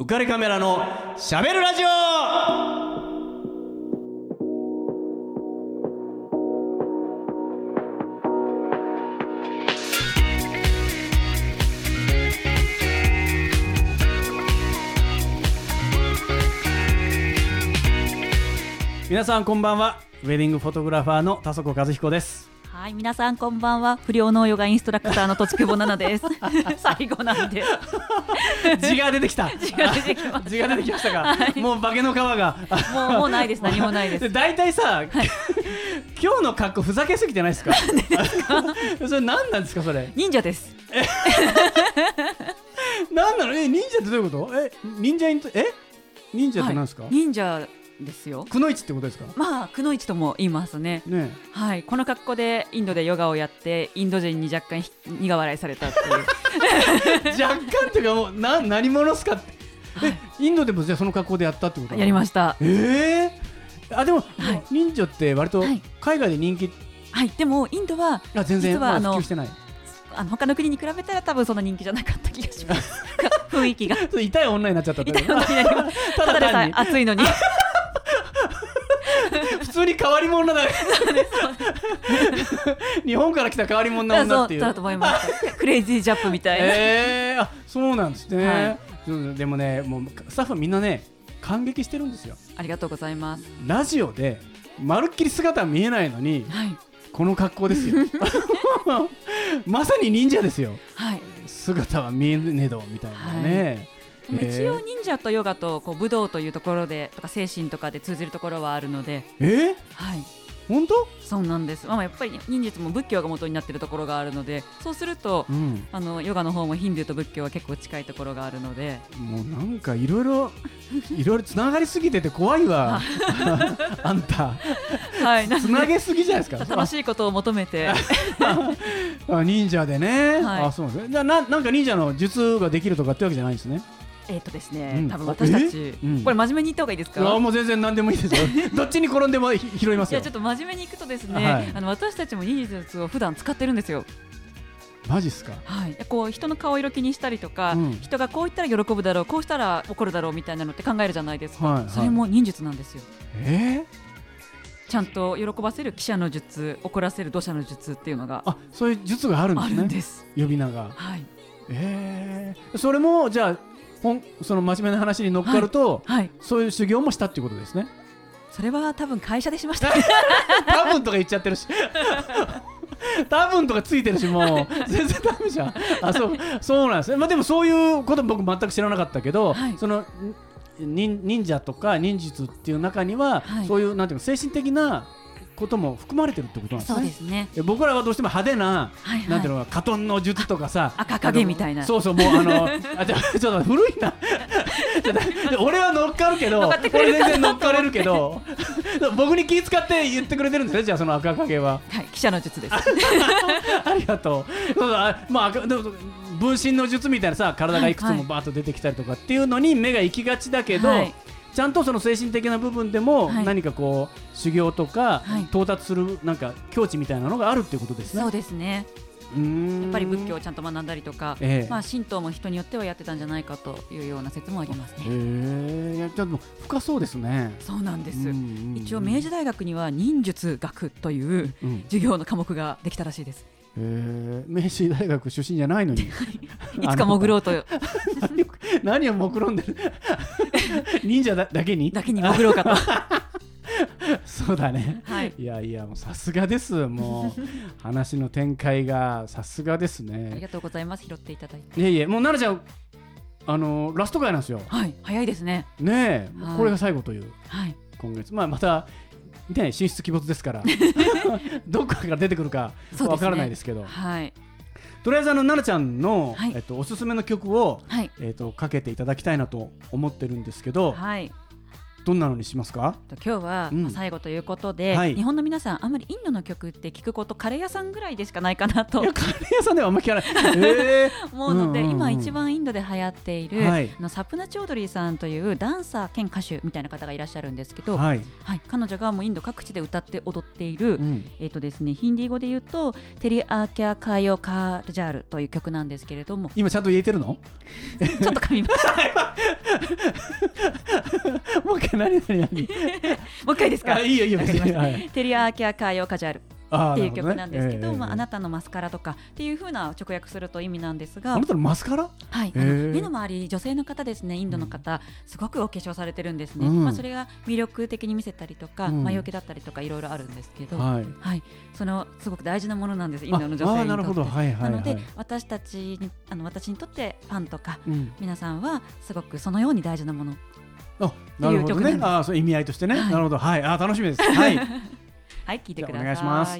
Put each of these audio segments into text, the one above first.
浮かれカメラのしゃべるラジオ。皆さんこんばんは。ウェディングフォトグラファーの田底和彦です。 はい、皆さんこんばんは。不良のヨガインストラクターのとちくぼななです最後なんで字が出てきた字が出てきました。 字が出てきましたか、はい、もう化けの皮がもうないです。何もないです。 だいたいさ、はい、今日の格好ふざけすぎてないですかそれ何なんですかそれ。 忍者です何なの。忍者ってどういうこと。忍者忍者って何ですか。 はい、忍者ですよ。 くのいちってことですか。 まあくのいちとも言いますね。はい、この格好でインドでヨガをやってインド人に若干苦笑いされたっていう若干っていうかもう何者っすかって、はい、インドでもじゃあその格好でやったってこと。 やりました。 でも、はい、忍者って割と海外で人気、 はい、でもインドは全然普及してない。 他の国に比べたら多分そんな人気じゃなかった気がします雰囲気が痛い女になっちゃったって。 痛い女になります。ただでさえ暑いのに普通に変わり者だね日本から来た変わり者な女っていう。 そうだと思いましたクレイジージャップみたいな。 そうなんですね、 はい、 でもね、もうスタッフみんなね感激してるんですよ。 ありがとうございます。 ラジオでまるっきり姿見えないのに、はい、この格好ですよまさに忍者ですよ、はい、姿は見えねえどみたいなね、 はい、一応忍者とヨガと武道というところでとか精神とかで通じるところはあるので、はい、本当そうなんです。やっぱり忍術も仏教が元になっているところがあるので、そうすると、ヨガの方もヒンドゥーと仏教は結構近いところがあるので、 もうなんかいろいろつながりすぎてて怖いわあんた、はい、つなげすぎじゃないですか。 楽しいことを求めて忍者でね、 はい、 そうですね。じゃあなんか忍者の術ができるとかってわけじゃないんですね。 ですね、多分私たち、これ真面目に言った方がいいですか。 もう全然何でもいいですよどっちに転んでも拾いますよ。 いやちょっと真面目にいくとですね、はい、私たちも忍術を普段使ってるんですよ。 マジっすか。 はい、こう人の顔色気にしたりとか、人がこう言ったら喜ぶだろう、こうしたら怒るだろうみたいなのって考えるじゃないですか、はいはい、それも忍術なんですよ。ちゃんと喜ばせる騎者の術、怒らせる土砂の術っていうのが、 そういう術があるんですね。 あるんです。 呼び名が、 はい、 それもじゃあその真面目な話に乗っかると、はいはい、そういう修行もしたっていうことですね。 それは多分会社でしました多分とか言っちゃってるし多分とかついてるし、もう全然ダメじゃんそうなんですね。でもそういうこと僕全く知らなかったけど、はい、その忍者とか忍術っていう中には、はい、そういうなんていうの精神的なことも含まれてるってことなんですね。 そうですね。 僕らはどうしても派手な、はいはい、なんていうのか、カトンの術とかさ、 赤影みたいな。 そうもうちょっと古いな俺は乗っかるけど、俺全然乗っかれるけど僕に気遣って言ってくれてるんですね。じゃあその赤影は、 はい、記者の術ですありがとう。でも分身の術みたいなさ、体がいくつもバーッと出てきたりとかっていうのに目が行きがちだけど、はい、ちゃんとその精神的な部分でも何かこう修行とか到達するなんか境地みたいなのがあるっていうことですね。 そうですね。やっぱり仏教をちゃんと学んだりとか、神道も人によってはやってたんじゃないかというような説もありますね。 じゃあもう深そうですね。 そうなんです。一応明治大学には忍術学という授業の科目ができたらしいです。 明治大学出身じゃないのにいつか潜ろうと何を潜ろんでる忍者だけに潜ろうかとそうだね、 はい、 いやもうさすがです。もう話の展開がさすがですね。 ありがとうございます。拾っていただいて。 いえもう奈々ちゃんラスト回なんですよ。 はい、早いですね。 ねえ、はい、これが最後という、 はい、 今月また進出鬼没ですからどこから出てくるかわからないですけど、 はい、 とりあえず奈々ちゃんの、 はい、 おすすめの曲を、はい、かけていただきたいなと思ってるんですけど、 はい、 どんなのにしますか？ 今日は最後ということで、 はい、 日本の皆さんあんまりインドの曲って聞くことカレー屋さんぐらいでしかないかなと。 いやカレー屋さんではあんまり聞かない思うので、今一番インドで流行っている、サプナチョードリーさんというダンサー兼歌手みたいな方がいらっしゃるんですけど、はいはい、彼女がもうインド各地で歌って踊っている、ですね、ヒンディー語で言うとテリアーキャカヨカージャールという曲なんですけれども、 今ちゃんと言えてるの？ ちょっと噛みましたもう一回何もう一回ですか？ いいよいいよ、 テリアーキャカヨカジャールっていう曲なんですけど、あなたのマスカラとかっていう風な直訳すると意味なんですが、 あなたのマスカラ、 はい、目の周り女性の方ですね、インドの方、すごくお化粧されてるんですね、それが魅力的に見せたりとか、魔除けだったりとかいろいろあるんですけど、はいはい、そのすごく大事なものなんです、インドの女性にとって。なので私たちに私にとってファンとか、皆さんはすごくそのように大事なものっていう曲なんです。 そう意味合いとしてね、なるほど、はい、楽しみです。はいはい、聞いてください。 お願いします。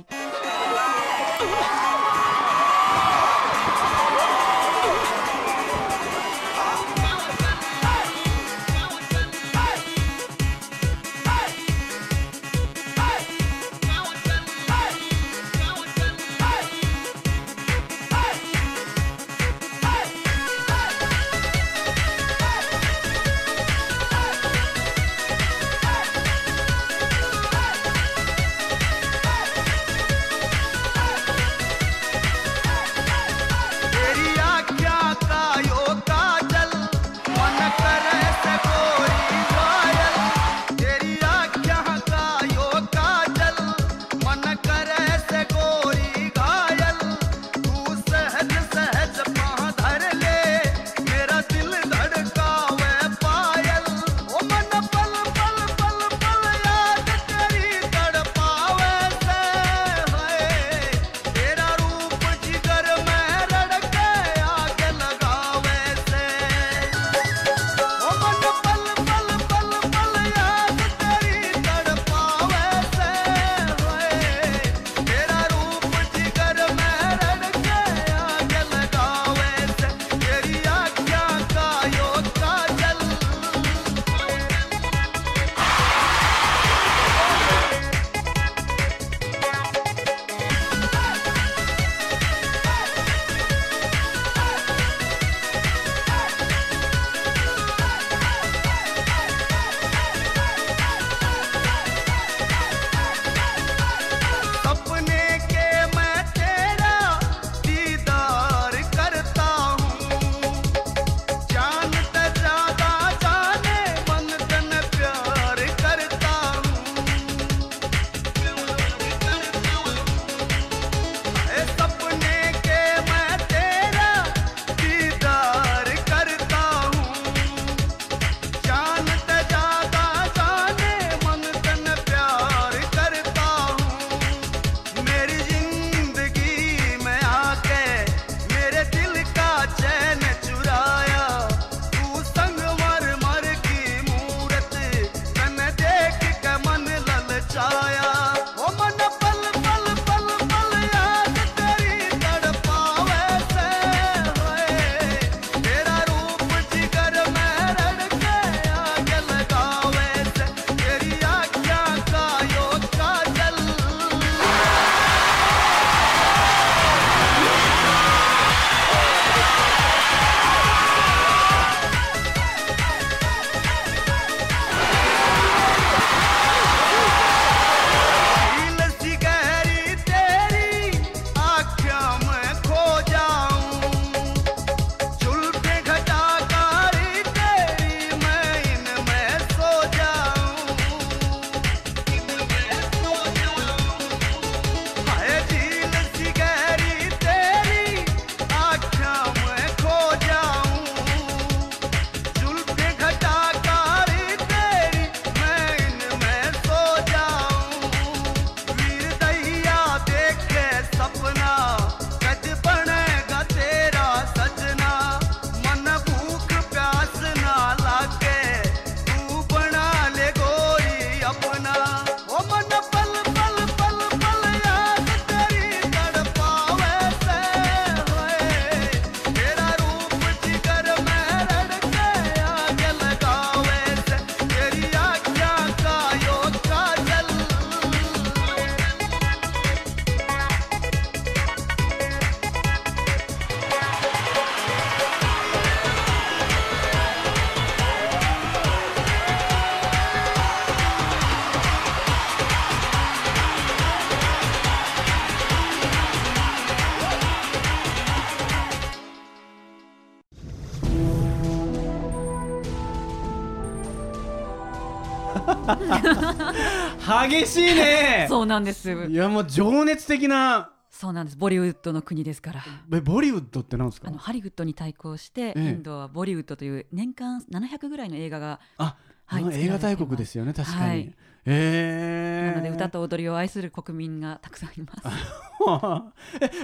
激しいね。 そうなんです。 いやもう情熱的な。 そうなんです。ボリウッドの国ですから。 ボリウッドって何ですか？ ハリウッドに対抗して、インドはボリウッドという年間700ぐらいの映画が、 映画大国ですよね、確かに。なので歌と踊りを愛する国民がたくさんいます。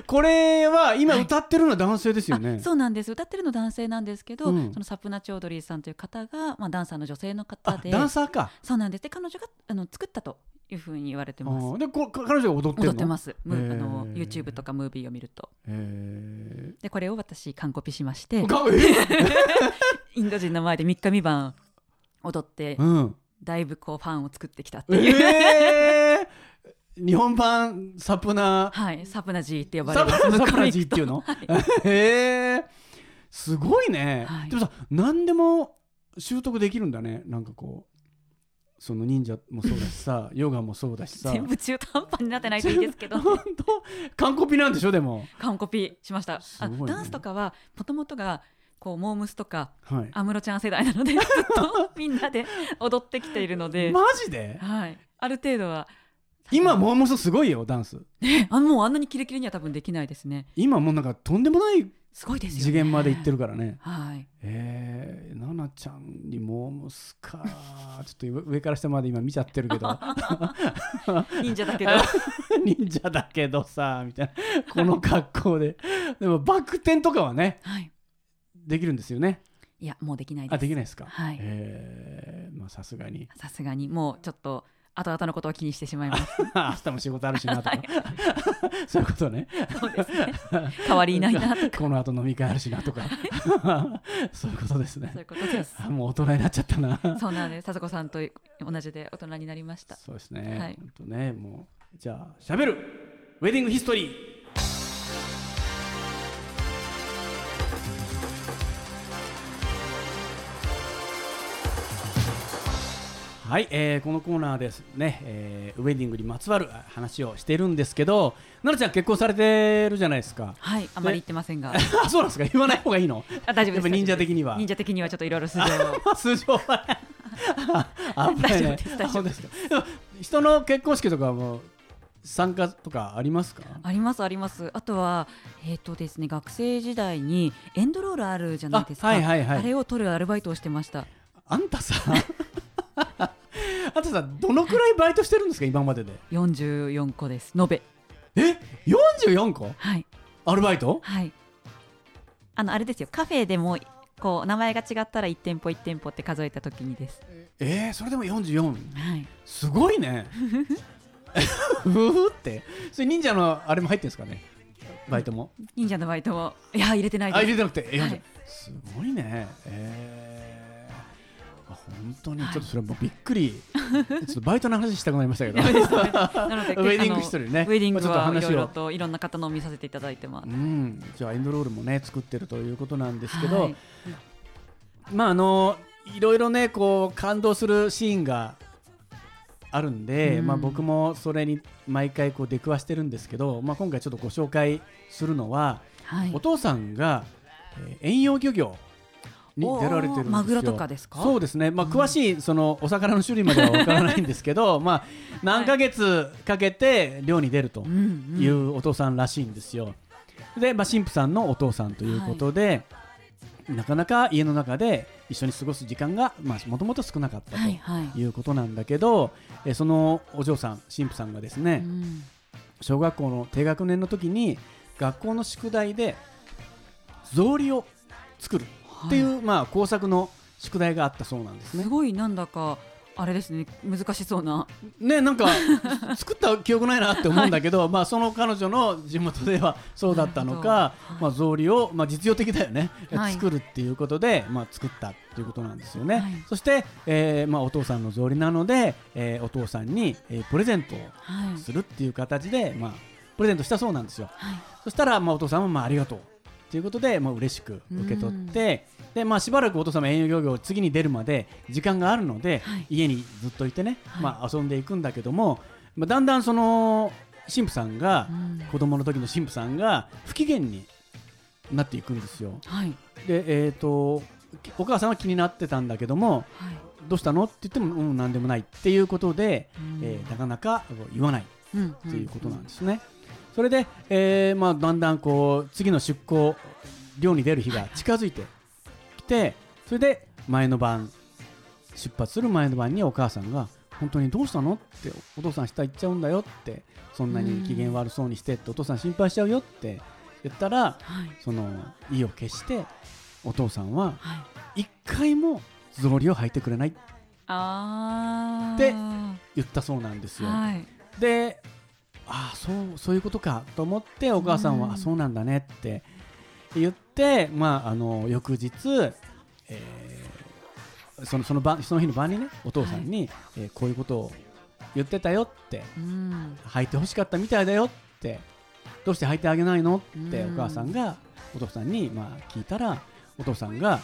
これは今歌ってるのは男性ですよね？ そうなんです。歌ってるの男性なんですけど、そのサプナチョードリーさんという方が、ダンサーの女性の方で。 ダンサーか。 そうなんです。で彼女が作ったというふうに言われてます。 で彼女が踊ってるの？ 踊ってます。YouTube とかムービーを見ると。でこれを私完コピしましてインド人の前で3日3晩踊って、だいぶファンを作ってきたっていう、 日本版サプナ、 サプナジーって呼ばれます。 サプナジーっていうの？すごいね。でもさ、何でも習得できるんだね。なんかその忍者もそうだしさヨガもそうだしさ、 全部中途半端になってないといいですけど、ね、 本当完コピなんでしょ？でも完コピしました。ダンスとかはもともとがモームスとか安室ちゃん世代なのでずっとみんなで踊ってきているのでマジで？ ある程度は。 今モームスすごいよダンス。 もうあんなにキレキレには多分できないですね。 今もうなんかとんでもないすごいですよね、 次元まで行ってるからね。 奈 々ちゃんにモームスかちょっと上から下まで今見ちゃってるけど忍者だけど忍者だけどさみたいなこの格好で。でもバク転とかはね、できるんですよね？ いやもうできないです。 できないですか？さすがにもうちょっと後々のことを気にしてしまいます明日も仕事あるしなとかそういうことね。 そうですね、代わりいないなとかこの後飲み会あるしなとかそういうことですね。 そういうことです。 もう大人になっちゃったな。 そうなんです。さとこさんと同じで大人になりました。 そうですね、本当ね。もうじゃあしゃべるウェディングヒストリー。はい、このコーナーですね、ウェディングにまつわる話をしているんですけど、奈々ちゃん結婚されてるじゃないですか。 あまり言ってませんがそうなんですか？言わない方がいいの？ 大丈夫です。やっぱ忍者的にはちょっといろいろ素性は危ないね。そうですか。人の結婚式とかも参加とかありますか？ ありますあります。あとはですね、学生時代にエンドロールあるじゃないですか。あれを取るアルバイトをしてました。 あんたさどのくらいバイトしてるんですか今までで ？44個です延べ。 44個？アルバイト？ あれですよ、カフェでも名前が違ったら1店舗1店舗って数えた時にです。 それでも44、すごいねってそれ忍者のあれも入ってるんですかね？バイトも忍者のバイトも入れてないです。 入れてなくて、すごいね。本当にちょっとそれもびっくりちょっとバイトの話したくなりましたけどなのでウェディング一人ね、 ウェディングはいろいろといろんな方のを見させていただいてます。 じゃあエンドロールもね作ってるということなんですけど、いろいろね感動するシーンがあるんで、僕もそれに毎回出くわしてるんですけど、今回ちょっとご紹介するのは、お父さんが遠洋漁業に出られてるんですよ。 マグロとかですか？ そうですね、詳しいそのお魚の種類まではわからないんですけど何ヶ月かけて漁に出るというお父さんらしいんですよ。で、神父さんのお父さんということで、なかなか家の中で一緒に過ごす時間がもともと少なかったということなんだけど、そのお嬢さん神父さんがですね、小学校の低学年の時に学校の宿題で草履を作るっていう工作の宿題があったそうなんですね。 すごいなんだかあれですね、難しそうなね、なんか作った記憶ないなって思うんだけど、その彼女の地元ではそうだったのか、草履を実用的だよね、作るっていうことで作ったっていうことなんですよね。そして、お父さんの草履なので、お父さんに、プレゼントをするっていう形で、プレゼントしたそうなんですよ。そしたら、お父さんはありがとうということで、嬉しく受け取って、でしばらくお父様遠洋漁業次に出るまで時間があるので、家にずっといてね、遊んでいくんだけども、だんだんその神父さんが、子供の時の神父さんが不機嫌になっていくんですよ。で、お母さんは気になってたんだけども、 どうしたのって言っても、何でもないっていうことで、なかなか言わないっていうことなんですね。それで、だんだんこう次の出港漁に出る日が近づいてきて、それで出発する前の晩にお母さんが本当にどうしたのってお父さん下行っちゃうんだよってそんなに機嫌悪そうにしてってお父さん心配しちゃうよって言ったら、その意を決してお父さんは一回も草履を履いてくれないって言ったそうなんですよ。で、そういうことかと思ってお母さんはそうなんだねって言って、翌日、その日の晩にねお父さんに、こういうことを言ってたよって、履いてほしかったみたいだよって、どうして履いてあげないのってお母さんがお父さんに聞いたら、お父さんが、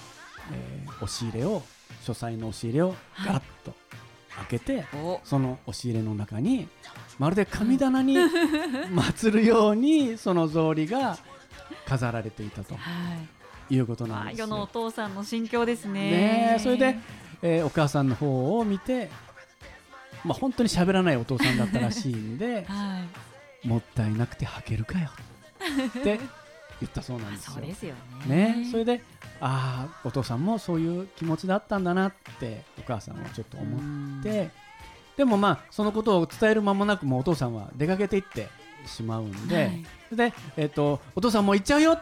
書斎の押し入れをガラッと開けて、その押し入れの中にまるで神棚に祀るようにその草履が飾られていたということなんですよ。 世のお父さんの心境ですね。 それで、お母さんの方を見て、本当に喋らないお父さんだったらしいんで、もったいなくて履けるかよって言ったそうなんですよ。 そうですよね。 それでお父さんもそういう気持ちだったんだなってお母さんはちょっと思って、でもそのことを伝える間もなくもうお父さんは出かけていってしまうんで、で、お父さんもう行っちゃうよって、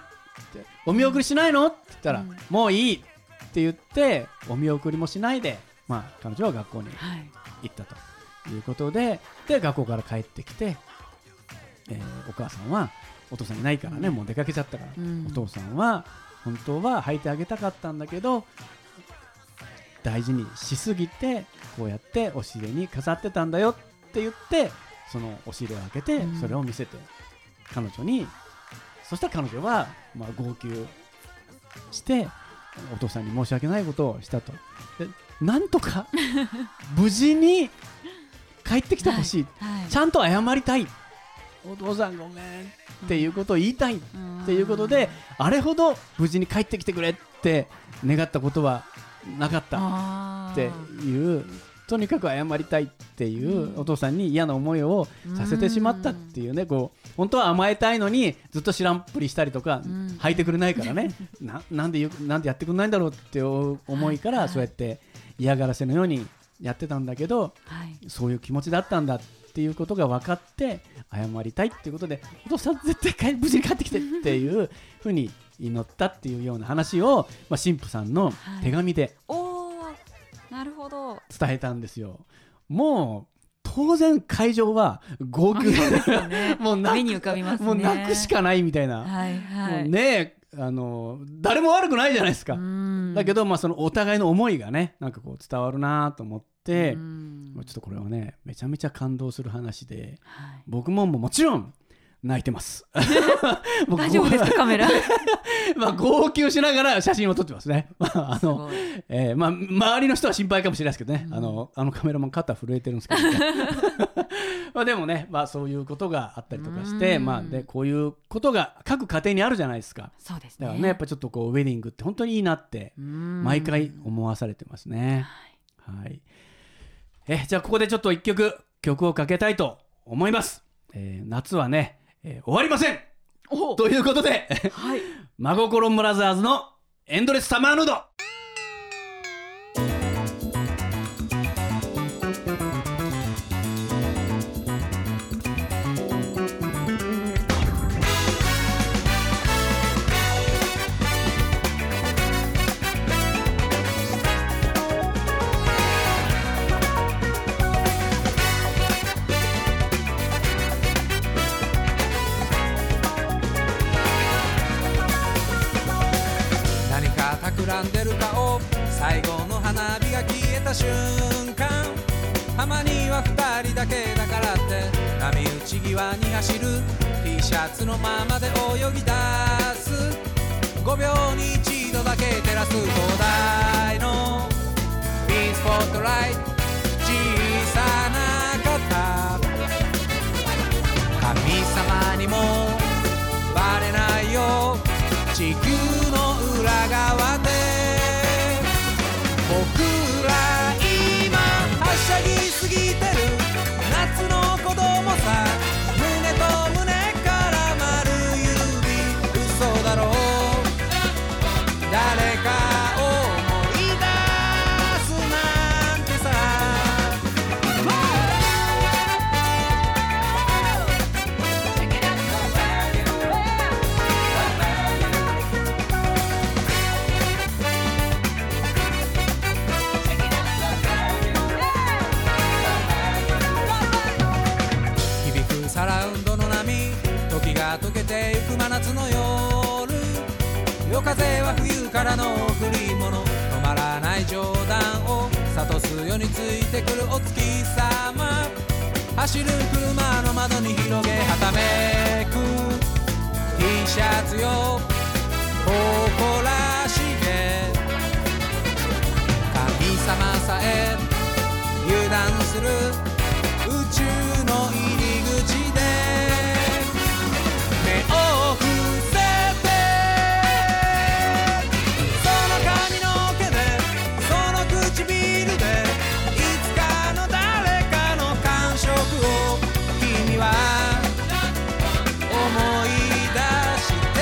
お見送りしないのって言ったら、もういいって言ってお見送りもしないで、彼女は学校に行ったということで、学校から帰ってきて、お母さんはお父さんいないからね、もう出かけちゃったから、お父さんは本当は履いてあげたかったんだけど大事にしすぎてこうやって押し入れに飾ってたんだよって言って、その押し入れを開けてそれを見せて彼女に、そしたら彼女は号泣してお父さんに申し訳ないことをしたと。で、なんとか無事に帰ってきてほしい、ちゃんと謝りたい、お父さんごめんっていうことを言いたいっていうことで、あれほど無事に帰ってきてくれって願ったことはなかったっていう、とにかく謝りたいっていうお父さんに嫌な思いをさせてしまったっていうね、こう本当は甘えたいのにずっと知らんぷりしたりとか、履いてくれないからねなんでやってくれないんだろうって思いから、そうやって嫌がらせのようにやってたんだけど、そういう気持ちだったんだっていうことが分かって謝りたいっていうことで、お父さん絶対無事に帰ってきてっていうふうに祈ったっていうような話を、神父さんの手紙でなるほど伝えたんですよ。もう当然会場は号泣でもう目に浮かびますね。 もう泣くしかないみたいな、もうね、誰も悪くないじゃないですか。だけどそのお互いの思いがねなんかこう伝わるなと思って、ちょっとこれはねめちゃめちゃ感動する話で、僕ももちろん泣いてます大丈夫ですかカメラ号泣しながら写真を撮ってますね周りの人は心配かもしれないですけどね、あのカメラマン肩震えてるんですけどでもね、そういうことがあったりとかして、でこういうことが各家庭にあるじゃないですか。 そうですね。 だからねやっぱちょっとこうウェディングって本当にいいなって毎回思わされてますね。じゃあここでちょっと一曲をかけたいと思います。夏はね終わりませんということで、真心ブラザーズのエンドレスサマーヌード。 企んでる顔、最後の花火が消えた瞬間、たまには二人だけだからって波打ち際に走る T シャツのままで泳ぎ出す、5秒に一度だけ照らす灯台のピンスポットライト、小さな肩、神様にもバレないよ、地球の裏側で僕ら風は冬からの贈り物、止まらない冗談を諭すようについてくるお月様、走る車の窓に広げはためく T シャツよ誇らしげ、神様さえ油断する宇宙の入り口で目を伏せて、その髪の毛でその唇でいつかの誰かの感触を君は思い出して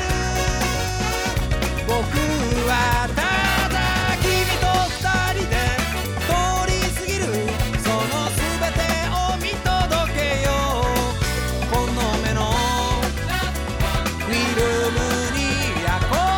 る。僕はただ君と二人で通り過ぎるその全てを見届けよう、この目のフィルムに焼こ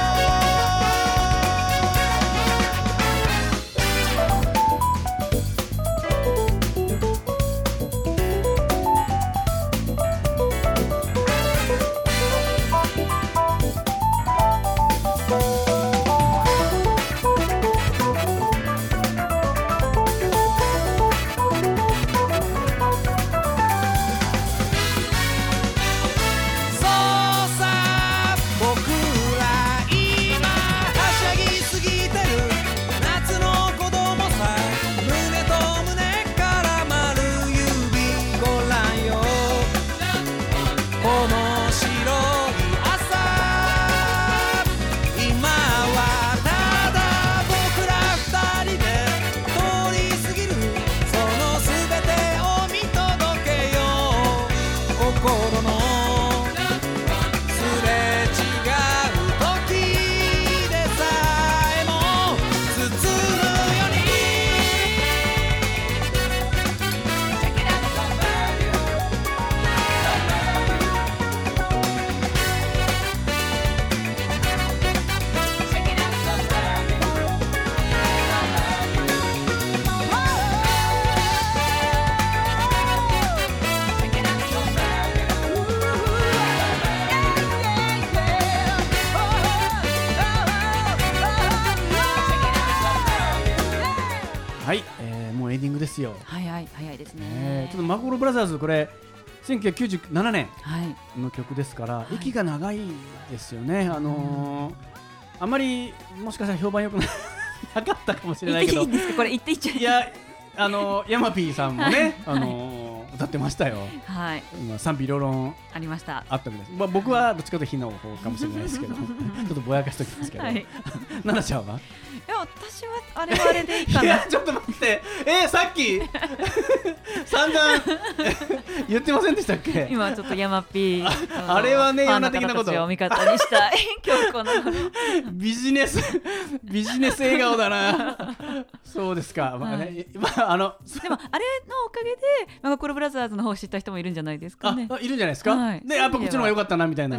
はい、もうエンディングですよ。 早いですね。 ちょっとマコロブラザーズこれ1997年の曲ですから、息が長いですよね。あんまりもしかしたら評判良くなかったかもしれないけど、 いいんですかこれ言っていっちゃい。 いやヤマピーさんもね、歌ってましたよ。 はい。 今賛否両論ありました。 あったみたいです。まあ僕はどっちかというと火の方かもしれないですけど、ちょっとぼやかしておきますけど。奈々ちゃんは？ いや私はあれはあれでいいかな。 いやちょっと待って、さっき散々言ってませんでしたっけ？ 今ちょっとヤマピーあれはね、 ファンの方たちを味方にしたい今日このビジネス笑顔だな。そうですか。まあね、でもあれのおかげでマコロブラザーズの方を知った人もいるんじゃないですかね。 いるんじゃないですか。でやっぱこっちの方が良かったなみたいな。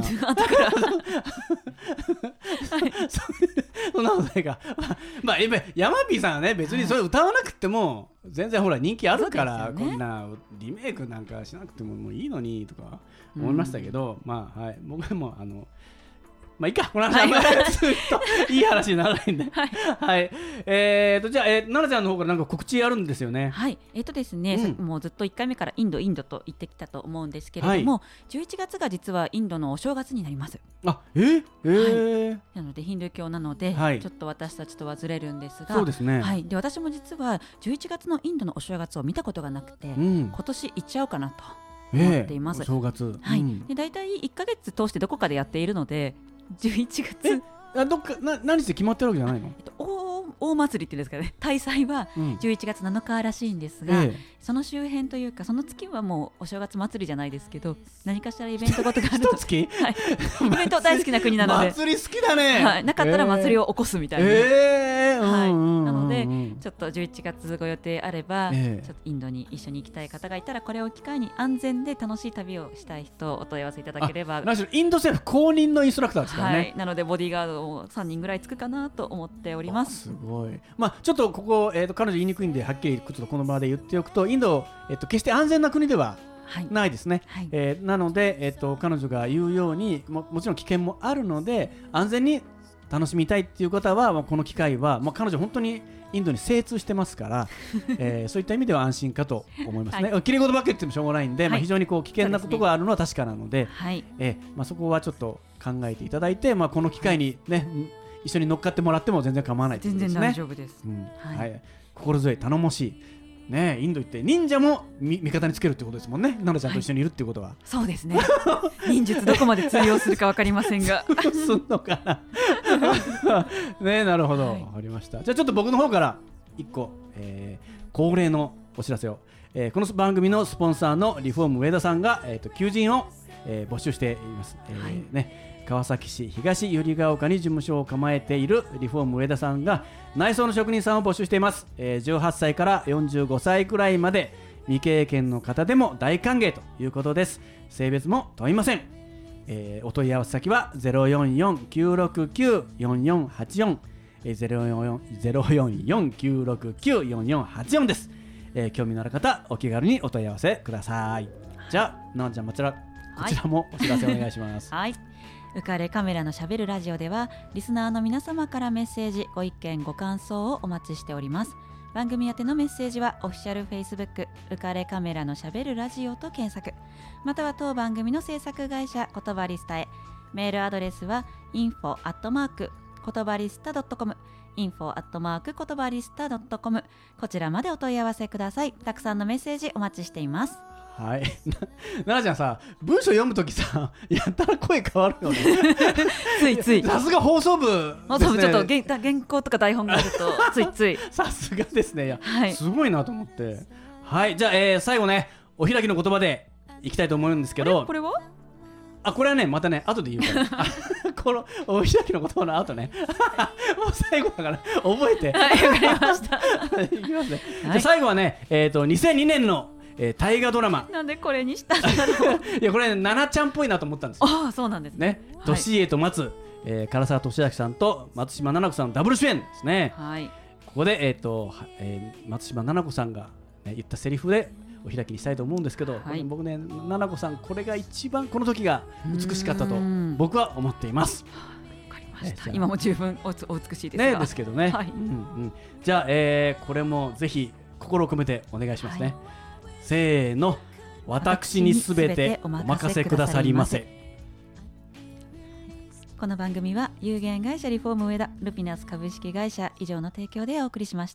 そんなことないか。まあヤマピーさんはね、別にそれ歌わなくても全然ほら人気あるから、こんなリメイクなんかしなくてももういいのにとか思いましたけど、まあはい、僕もまあいいか、この話はあんまりずっといい話にならないんではい、じゃあ、奈々ちゃんの方からなんか告知あるんですよね。 はい、ですね、もうずっと1回目からインドと言ってきたと思うんですけれども、11月が実はインドのお正月になります。 なのでヒンドゥー教なので、ちょっと私たちとはずれるんですが、 そうですね。 はい、で私も実は11月のインドのお正月を見たことがなくて、今年行っちゃおうかなと思っています。 お正月、 で大体1ヶ月通してどこかでやっているので、11月どっか何して決まってるわけじゃないの？ 大祭りっていうんですかね、大祭は11月7日らしいんですが、その周辺というかその月はもうお正月祭りじゃないですけど、何かしらイベントごとがあると月、 はい、イベント大好きな国なので祭り好きだね、 はい、なかったら祭りを起こすみたいな、なのでちょっと11月ご予定あれば、ちょっとインドに一緒に行きたい方がいたら、これを機会に安全で楽しい旅をしたい人お問い合わせいただければ。 インド政府公認のインストラクターですからね、 はい、なのでボディーガードを3人ぐらいつくかなと思っております。 すごい。まあ、ちょっとここ、彼女言いにくいんではっきりちょっとこの場で言っておくと、インド、決して安全な国ではないですね、なので、彼女が言うように もちろん危険もあるので安全に楽しみたいっていう方は、この機会は、彼女本当にインドに精通してますから、そういった意味では安心かと思いますね。きれい事ばっかり言ってもしょうがないんで、非常にこう危険なことがあるのは確かなので、そこはちょっと考えていただいて、この機会にね一緒に乗っかってもらっても全然構わないということですね。 全然大丈夫です、 心強い頼もしいね、インド行って忍者も味方につけるってことですもんね。奈々ちゃんと一緒にいるってことは、 そうですね。忍術どこまで通用するか分かりませんがすんのかなね、なるほど、分かりました。じゃあちょっと僕の方から1個、恒例のお知らせを、この番組のスポンサーのリフォーム上田さんが、求人を、募集しています、川崎市東百合ヶ丘に事務所を構えているリフォーム上田さんが内装の職人さんを募集しています。18歳から45歳くらいまで未経験の方でも大歓迎ということです。性別も問いません。お問い合わせ先は 044-969-4484 044-969-4484 です。興味のある方お気軽にお問い合わせください。じゃあなおちゃんこちらもお知らせお願いします。 浮かれカメラのしゃべるラジオではリスナーの皆様からメッセージご意見ご感想をお待ちしております。番組宛てのメッセージはオフィシャル Facebook 浮かれカメラのしゃべるラジオと検索、または当番組の制作会社ことばりスタへ。メールアドレスは info@ ことばりスタ .com info@ ことばりスタ .com、 こちらまでお問い合わせください。たくさんのメッセージお待ちしています。 はい、奈々ちゃんさ、文章読むときさ、やったら声変わるよねついついさすが放送部ですね。 ちょっと原稿とか台本があるとついついさすがですね。いや、すごいなと思って。はい、じゃあ、最後ね、お開きの言葉でいきたいと思うんですけど、 これはこれはね、またね、後で言うからこのお開きの言葉の後ねもう最後だから覚えて。 わかりましたいきますね。じゃあ最後はね、2002年の大河ドラマ。 なんでこれにしたんだろういや、これ奈々ちゃんっぽいなと思ったんですよ。 そうなんですね。 年家と松、唐沢寿明さんと松島菜々子さんのダブル主演ですね。ここで、松島菜々子さんが、言ったセリフでお開きにしたいと思うんですけど、僕ね、菜々子さんこれが一番この時が美しかったと僕は思っています。 わかりました。今も十分お美しいですが、 ですけどね、じゃあ、これもぜひ心を込めてお願いしますね。せーの、私にすべてお任せくださりませ。 この番組は有限会社リフォーム上田ルピナス株式会社以上の提供でお送りしました。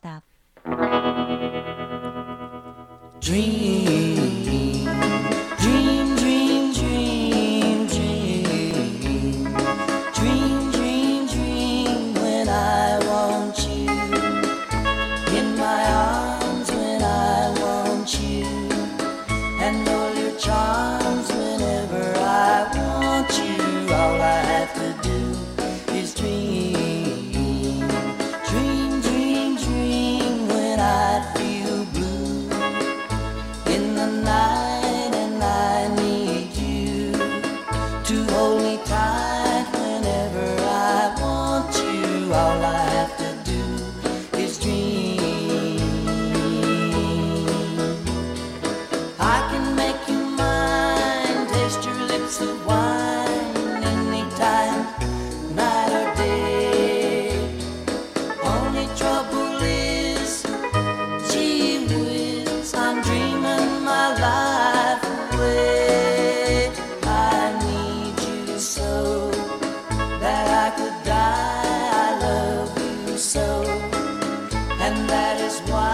And that is why